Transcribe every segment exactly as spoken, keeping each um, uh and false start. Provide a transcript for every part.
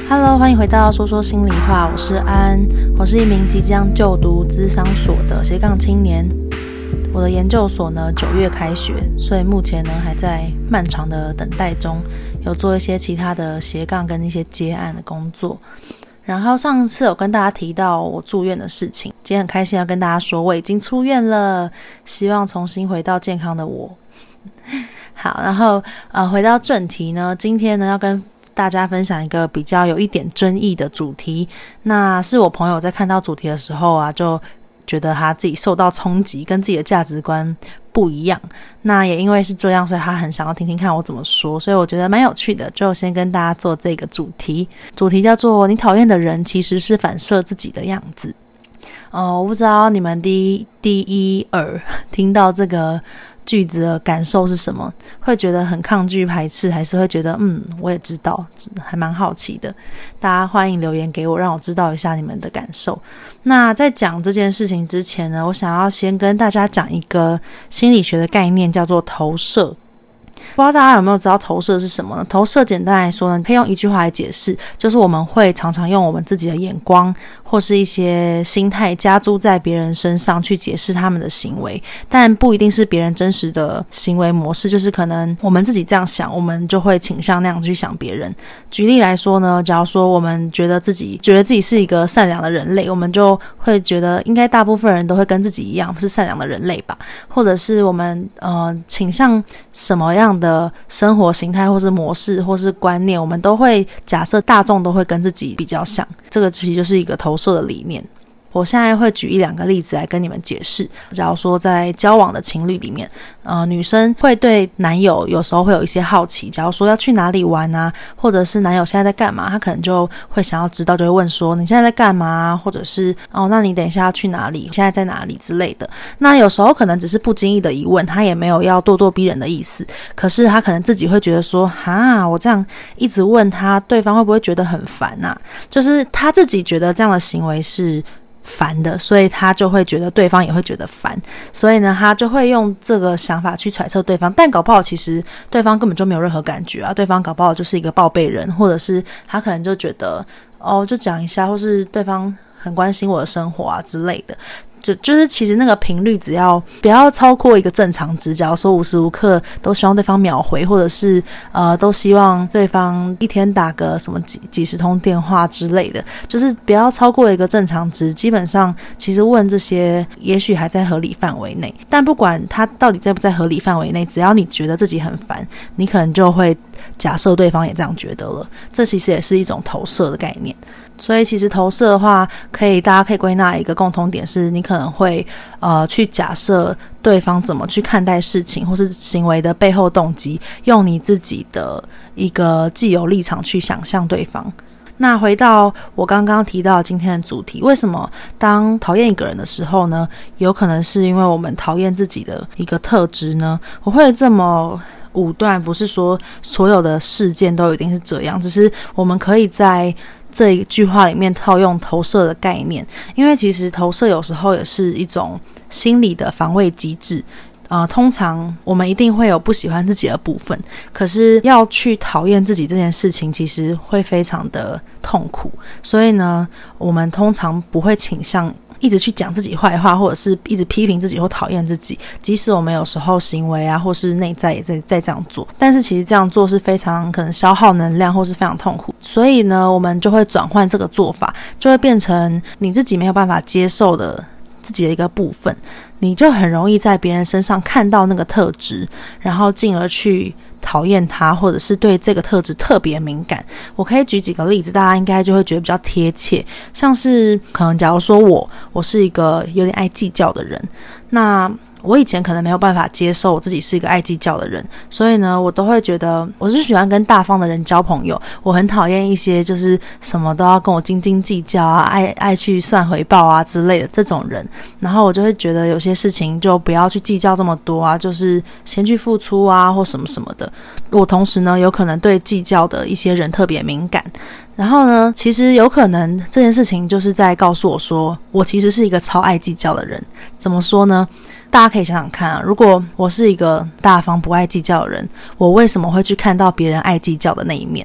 Hello， 欢迎回到说说心里话，我是安，我是一名即将就读諮商所的斜杠青年。我的研究所呢九月开学，所以目前呢还在漫长的等待中，有做一些其他的斜杠跟一些接案的工作。然后上次有跟大家提到我住院的事情，今天很开心要跟大家说我已经出院了，希望重新回到健康的我。好，然后呃回到正题呢，今天呢要跟大家分享一个比较有一点争议的主题。那是我朋友在看到主题的时候啊，就觉得他自己受到冲击，跟自己的价值观不一样。那也因为是这样，所以他很想要听听看我怎么说，所以我觉得蛮有趣的，就先跟大家做这个主题。主题叫做你讨厌的人其实是反射自己的样子。呃，我不知道你们第一第一耳听到这个句子的感受是什么，会觉得很抗拒排斥，还是会觉得嗯我也知道，还蛮好奇的。大家欢迎留言给我，让我知道一下你们的感受。那在讲这件事情之前呢，我想要先跟大家讲一个心理学的概念，叫做投射。不知道大家有没有知道投射是什么呢？投射简单来说呢，可以用一句话来解释，就是我们会常常用我们自己的眼光或是一些心态加诸在别人身上去解释他们的行为，但不一定是别人真实的行为模式，就是可能我们自己这样想，我们就会倾向那样去想别人。举例来说呢，假如说我们觉得自己觉得自己是一个善良的人类，我们就会觉得应该大部分人都会跟自己一样是善良的人类吧，或者是我们呃倾向什么样的的生活形态或是模式或是观念，我们都会假设大众都会跟自己比较像，这个其实就是一个投射的理念。我现在会举一两个例子来跟你们解释。假如说在交往的情侣里面，呃，女生会对男友有时候会有一些好奇，假如说要去哪里玩啊，或者是男友现在在干嘛，她可能就会想要知道，就会问说你现在在干嘛，或者是哦，那你等一下要去哪里，现在在哪里之类的。那有时候可能只是不经意的疑问，她也没有要咄咄逼人的意思，可是她可能自己会觉得说哈，我这样一直问他，对方会不会觉得很烦啊？就是她自己觉得这样的行为是烦的，所以他就会觉得对方也会觉得烦，所以呢他就会用这个想法去揣测对方，但搞不好其实对方根本就没有任何感觉啊，对方搞不好就是一个报备人，或者是他可能就觉得哦就讲一下，或是对方很关心我的生活啊之类的。就就是其实那个频率只要不要超过一个正常值，假如说无时无刻都希望对方秒回，或者是呃都希望对方一天打个什么几几十通电话之类的，就是不要超过一个正常值，基本上其实问这些也许还在合理范围内，但不管他到底在不在合理范围内，只要你觉得自己很烦，你可能就会假设对方也这样觉得了，这其实也是一种投射的概念。所以其实投射的话，可以大家可以归纳一个共同点，是你可能会呃去假设对方怎么去看待事情或是行为的背后动机，用你自己的一个既有立场去想象对方。那回到我刚刚提到今天的主题，为什么当讨厌一个人的时候呢，有可能是因为我们讨厌自己的一个特质呢？我会这么武断，不是说所有的事件都一定是这样，只是我们可以在这一句话里面套用投射的概念，因为其实投射有时候也是一种心理的防卫机制。呃，通常我们一定会有不喜欢自己的部分，可是要去讨厌自己这件事情其实会非常的痛苦，所以呢我们通常不会倾向一直去讲自己坏话，或者是一直批评自己或讨厌自己，即使我们有时候行为啊或是内在也在在这样做，但是其实这样做是非常可能消耗能量或是非常痛苦，所以呢我们就会转换这个做法，就会变成你自己没有办法接受的自己的一个部分，你就很容易在别人身上看到那个特质，然后进而去讨厌他，或者是对这个特质特别敏感。我可以举几个例子，大家应该就会觉得比较贴切，像是可能假如说我我是一个有点爱计较的人，那我以前可能没有办法接受我自己是一个爱计较的人，所以呢我都会觉得我是喜欢跟大方的人交朋友，我很讨厌一些就是什么都要跟我斤斤计较啊，爱爱去算回报啊之类的这种人，然后我就会觉得有些事情就不要去计较这么多啊，就是先去付出啊或什么什么的。我同时呢有可能对计较的一些人特别敏感，然后呢其实有可能这件事情就是在告诉我说我其实是一个超爱计较的人。怎么说呢？大家可以想想看啊，如果我是一个大方不爱计较的人，我为什么会去看到别人爱计较的那一面？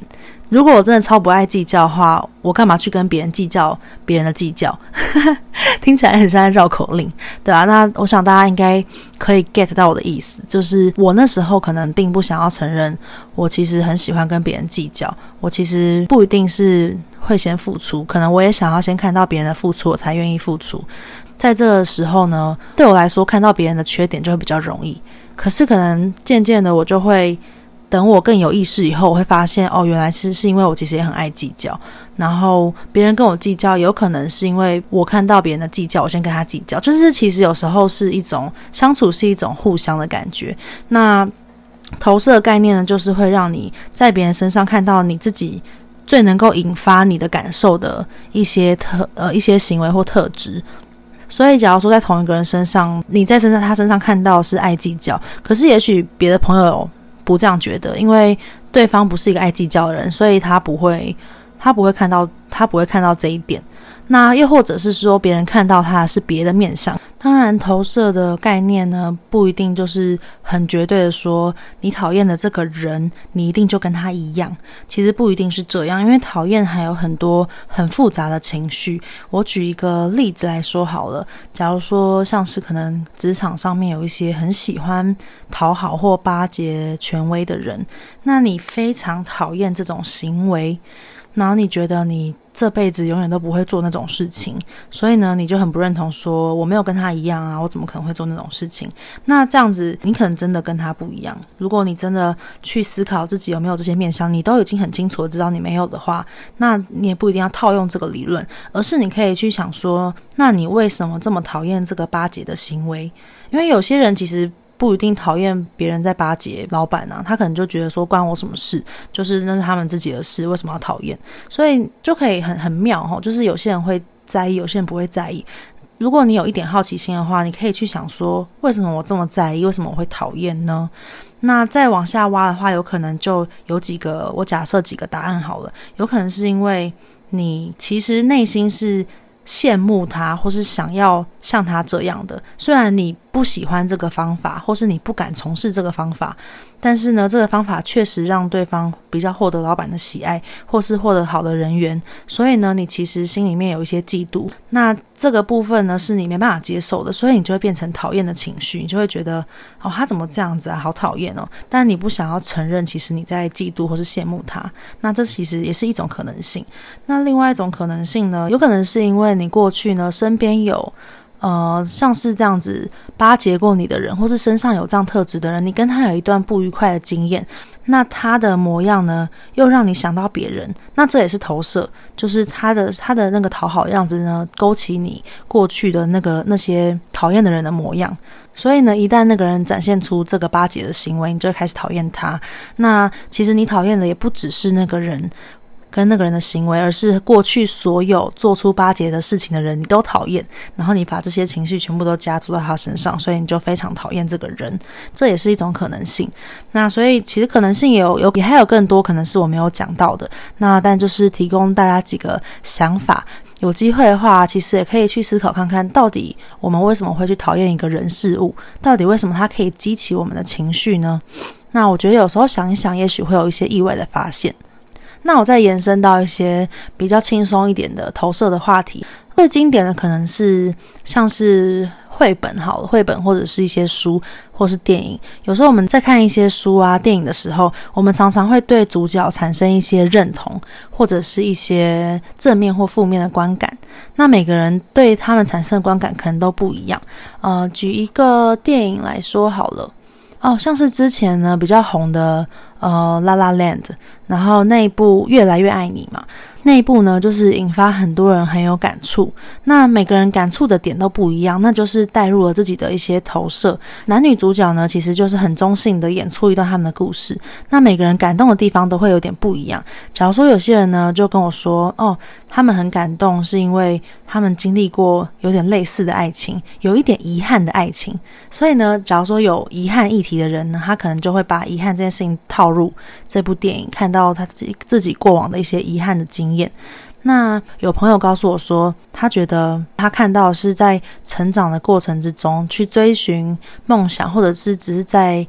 如果我真的超不爱计较的话，我干嘛去跟别人计较别人的计较？听起来很像在绕口令，对啊，那我想大家应该可以 get 到我的意思，就是我那时候可能并不想要承认我其实很喜欢跟别人计较，我其实不一定是会先付出，可能我也想要先看到别人的付出我才愿意付出。在这个时候呢，对我来说看到别人的缺点就会比较容易，可是可能渐渐的我就会等我更有意识以后，我会发现哦，原来是是因为我其实也很爱计较，然后别人跟我计较有可能是因为我看到别人的计较我先跟他计较，就是其实有时候是一种相处，是一种互相的感觉。那投射的概念呢，就是会让你在别人身上看到你自己最能够引发你的感受的一些特呃一些行为或特质。所以假如说在同一个人身上，你在身上他身上看到是爱计较，可是也许别的朋友不这样觉得，因为对方不是一个爱计较的人，所以他不会他不会看到他不会看到这一点。那又或者是说别人看到他是别的面向。当然投射的概念呢，不一定就是很绝对的说你讨厌的这个人你一定就跟他一样，其实不一定是这样，因为讨厌还有很多很复杂的情绪。我举一个例子来说好了，假如说像是可能职场上面有一些很喜欢讨好或巴结权威的人，那你非常讨厌这种行为，然后你觉得你这辈子永远都不会做那种事情，所以呢你就很不认同说我没有跟他一样啊，我怎么可能会做那种事情。那这样子你可能真的跟他不一样，如果你真的去思考自己有没有这些面向，你都已经很清楚的知道你没有的话，那你也不一定要套用这个理论，而是你可以去想说，那你为什么这么讨厌这个巴结的行为。因为有些人其实不一定讨厌别人在巴结老板啊，他可能就觉得说关我什么事，就是那是他们自己的事，为什么要讨厌。所以就可以很很妙齁，就是有些人会在意，有些人不会在意。如果你有一点好奇心的话，你可以去想说为什么我这么在意，为什么我会讨厌呢？那再往下挖的话，有可能就有几个，我假设几个答案好了。有可能是因为你其实内心是羡慕他，或是想要像他这样的，虽然你不喜欢这个方法，或是你不敢从事这个方法，但是呢这个方法确实让对方比较获得老板的喜爱，或是获得好的人缘，所以呢你其实心里面有一些嫉妒，那这个部分呢是你没办法接受的，所以你就会变成讨厌的情绪，你就会觉得哦他怎么这样子啊，好讨厌哦，但你不想要承认其实你在嫉妒或是羡慕他，那这其实也是一种可能性。那另外一种可能性呢，有可能是因为你过去呢身边有呃，像是这样子巴结过你的人，或是身上有这样特质的人，你跟他有一段不愉快的经验，那他的模样呢又让你想到别人，那这也是投射，就是他的他的那个讨好样子呢勾起你过去的那个那些讨厌的人的模样，所以呢一旦那个人展现出这个巴结的行为，你就会开始讨厌他。那其实你讨厌的也不只是那个人跟那个人的行为，而是过去所有做出巴结的事情的人你都讨厌，然后你把这些情绪全部都加注到他身上，所以你就非常讨厌这个人，这也是一种可能性。那所以其实可能性也有有也还有更多可能是我没有讲到的，那但就是提供大家几个想法，有机会的话其实也可以去思考看看，到底我们为什么会去讨厌一个人事物，到底为什么它可以激起我们的情绪呢？那我觉得有时候想一想，也许会有一些意外的发现。那我再延伸到一些比较轻松一点的投射的话题，最经典的可能是像是绘本好了，绘本或者是一些书或是电影。有时候我们在看一些书啊电影的时候，我们常常会对主角产生一些认同，或者是一些正面或负面的观感，那每个人对他们产生的观感可能都不一样。呃，举一个电影来说好了，哦，像是之前呢比较红的呃 La La Land， 然后那一部越来越爱你嘛，那一部呢就是引发很多人很有感触，那每个人感触的点都不一样，那就是带入了自己的一些投射。男女主角呢其实就是很中性的演出一段他们的故事，那每个人感动的地方都会有点不一样。假如说有些人呢就跟我说，哦他们很感动是因为他们经历过有点类似的爱情，有一点遗憾的爱情，所以呢假如说有遗憾议题的人呢，他可能就会把遗憾这件事情套入这部电影，看到他自己自己过往的一些遗憾的经验。那有朋友告诉我说，他觉得他看到的是在成长的过程之中去追寻梦想，或者是只是在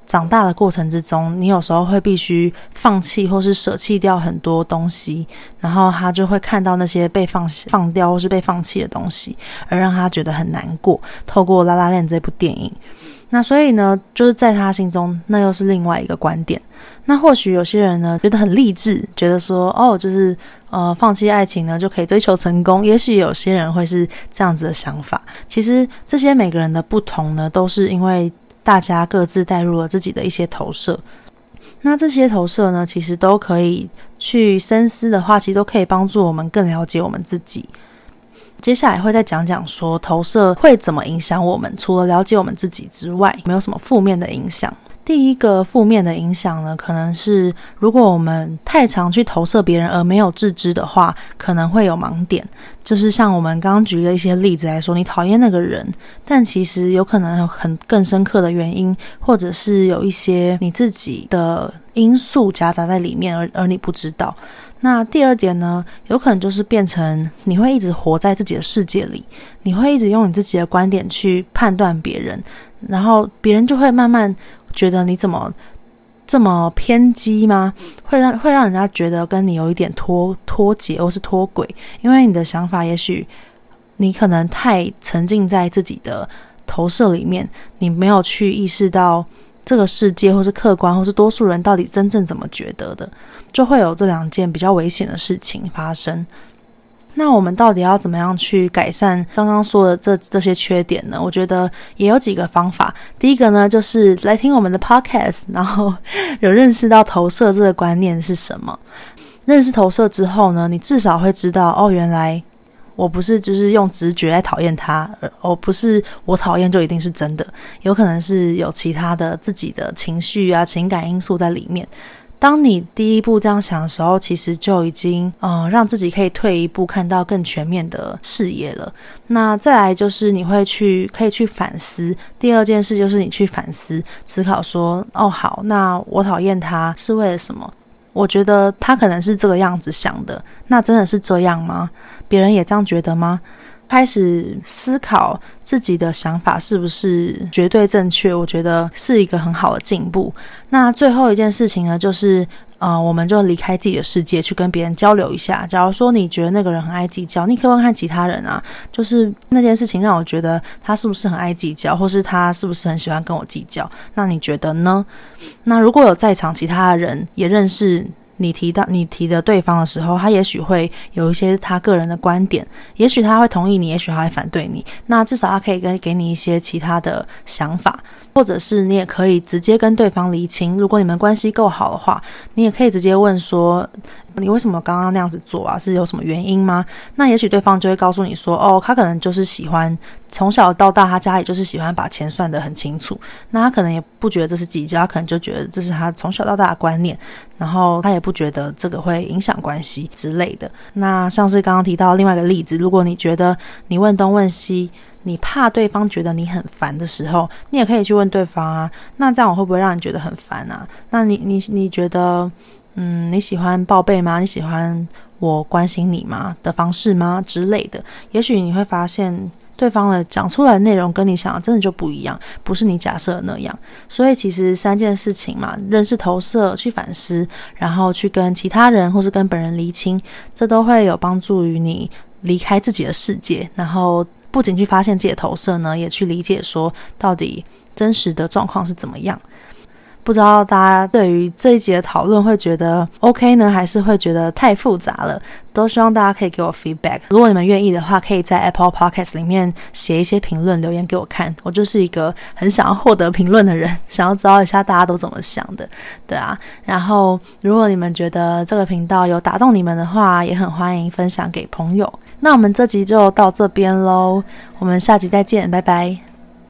长大的过程之中，你有时候会必须放弃或是舍弃掉很多东西，然后他就会看到那些被放放掉或是被放弃的东西，而让他觉得很难过。透过《La La Land》这部电影，那所以呢，就是在他心中，那又是另外一个观点。那或许有些人呢觉得很励志，觉得说哦，就是呃放弃爱情呢就可以追求成功。也许有些人会是这样子的想法。其实这些每个人的不同呢，都是因为大家各自带入了自己的一些投射。那这些投射呢，其实都可以去深思的话，其实都可以帮助我们更了解我们自己。接下来会再讲讲说投射会怎么影响我们，除了了解我们自己之外，没有什么负面的影响。第一个负面的影响呢，可能是如果我们太常去投射别人而没有自知的话，可能会有盲点。就是像我们刚刚举的一些例子来说，你讨厌那个人，但其实有可能有很更深刻的原因，或者是有一些你自己的因素夹杂在里面，而而你不知道。那第二点呢，有可能就是变成你会一直活在自己的世界里，你会一直用你自己的观点去判断别人，然后别人就会慢慢觉得你怎么这么偏激吗？会让会让人家觉得跟你有一点脱脱节或是脱轨，因为你的想法也许你可能太沉浸在自己的投射里面，你没有去意识到这个世界或是客观或是多数人到底真正怎么觉得的，就会有这两件比较危险的事情发生。那我们到底要怎么样去改善刚刚说的这这些缺点呢？我觉得也有几个方法。第一个呢，就是来听我们的 podcast， 然后有认识到投射这个观念是什么。认识投射之后呢，你至少会知道，哦，原来我不是就是用直觉来讨厌他，而不是我讨厌就一定是真的，有可能是有其他的自己的情绪啊、情感因素在里面。当你第一步这样想的时候，其实就已经呃让自己可以退一步，看到更全面的视野了。那再来就是你会去可以去反思。第二件事就是你去反思思考说，哦好，那我讨厌他是为了什么？我觉得他可能是这个样子想的，那真的是这样吗？别人也这样觉得吗？开始思考自己的想法是不是绝对正确，我觉得是一个很好的进步。那最后一件事情呢，就是呃，我们就离开自己的世界，去跟别人交流一下。假如说你觉得那个人很爱计较，你可以问看其他人啊，就是那件事情让我觉得他是不是很爱计较，或是他是不是很喜欢跟我计较，那你觉得呢？那如果有在场其他的人也认识你提到你提的对方的时候，他也许会有一些他个人的观点，也许他会同意你，也许他会反对你，那至少他可以给给你一些其他的想法，或者是你也可以直接跟对方厘清。如果你们关系够好的话，你也可以直接问说，你为什么刚刚那样子做啊？是有什么原因吗？那也许对方就会告诉你说，哦，他可能就是喜欢从小到大他家里就是喜欢把钱算得很清楚，那他可能也不觉得这是计较，他可能就觉得这是他从小到大的观念，然后他也不觉得这个会影响关系之类的。那像是刚刚提到另外一个例子，如果你觉得你问东问西，你怕对方觉得你很烦的时候，你也可以去问对方啊，那这样我会不会让你觉得很烦啊？那你你你觉得嗯，你喜欢报备吗？你喜欢我关心你吗的方式吗之类的？也许你会发现对方的讲出来的内容跟你想的真的就不一样，不是你假设的那样。所以其实三件事情嘛，认识投射，去反思，然后去跟其他人或是跟本人厘清，这都会有帮助于你离开自己的世界，然后不仅去发现自己的投射呢，也去理解说到底真实的状况是怎么样。不知道大家对于这一集的讨论会觉得 OK 呢，还是会觉得太复杂了？都希望大家可以给我 feedback。如果你们愿意的话，可以在 Apple Podcast 里面写一些评论留言给我看。我就是一个很想要获得评论的人，想要知道一下大家都怎么想的，对啊。然后如果你们觉得这个频道有打动你们的话，也很欢迎分享给朋友。那我们这集就到这边咯，我们下集再见，拜拜。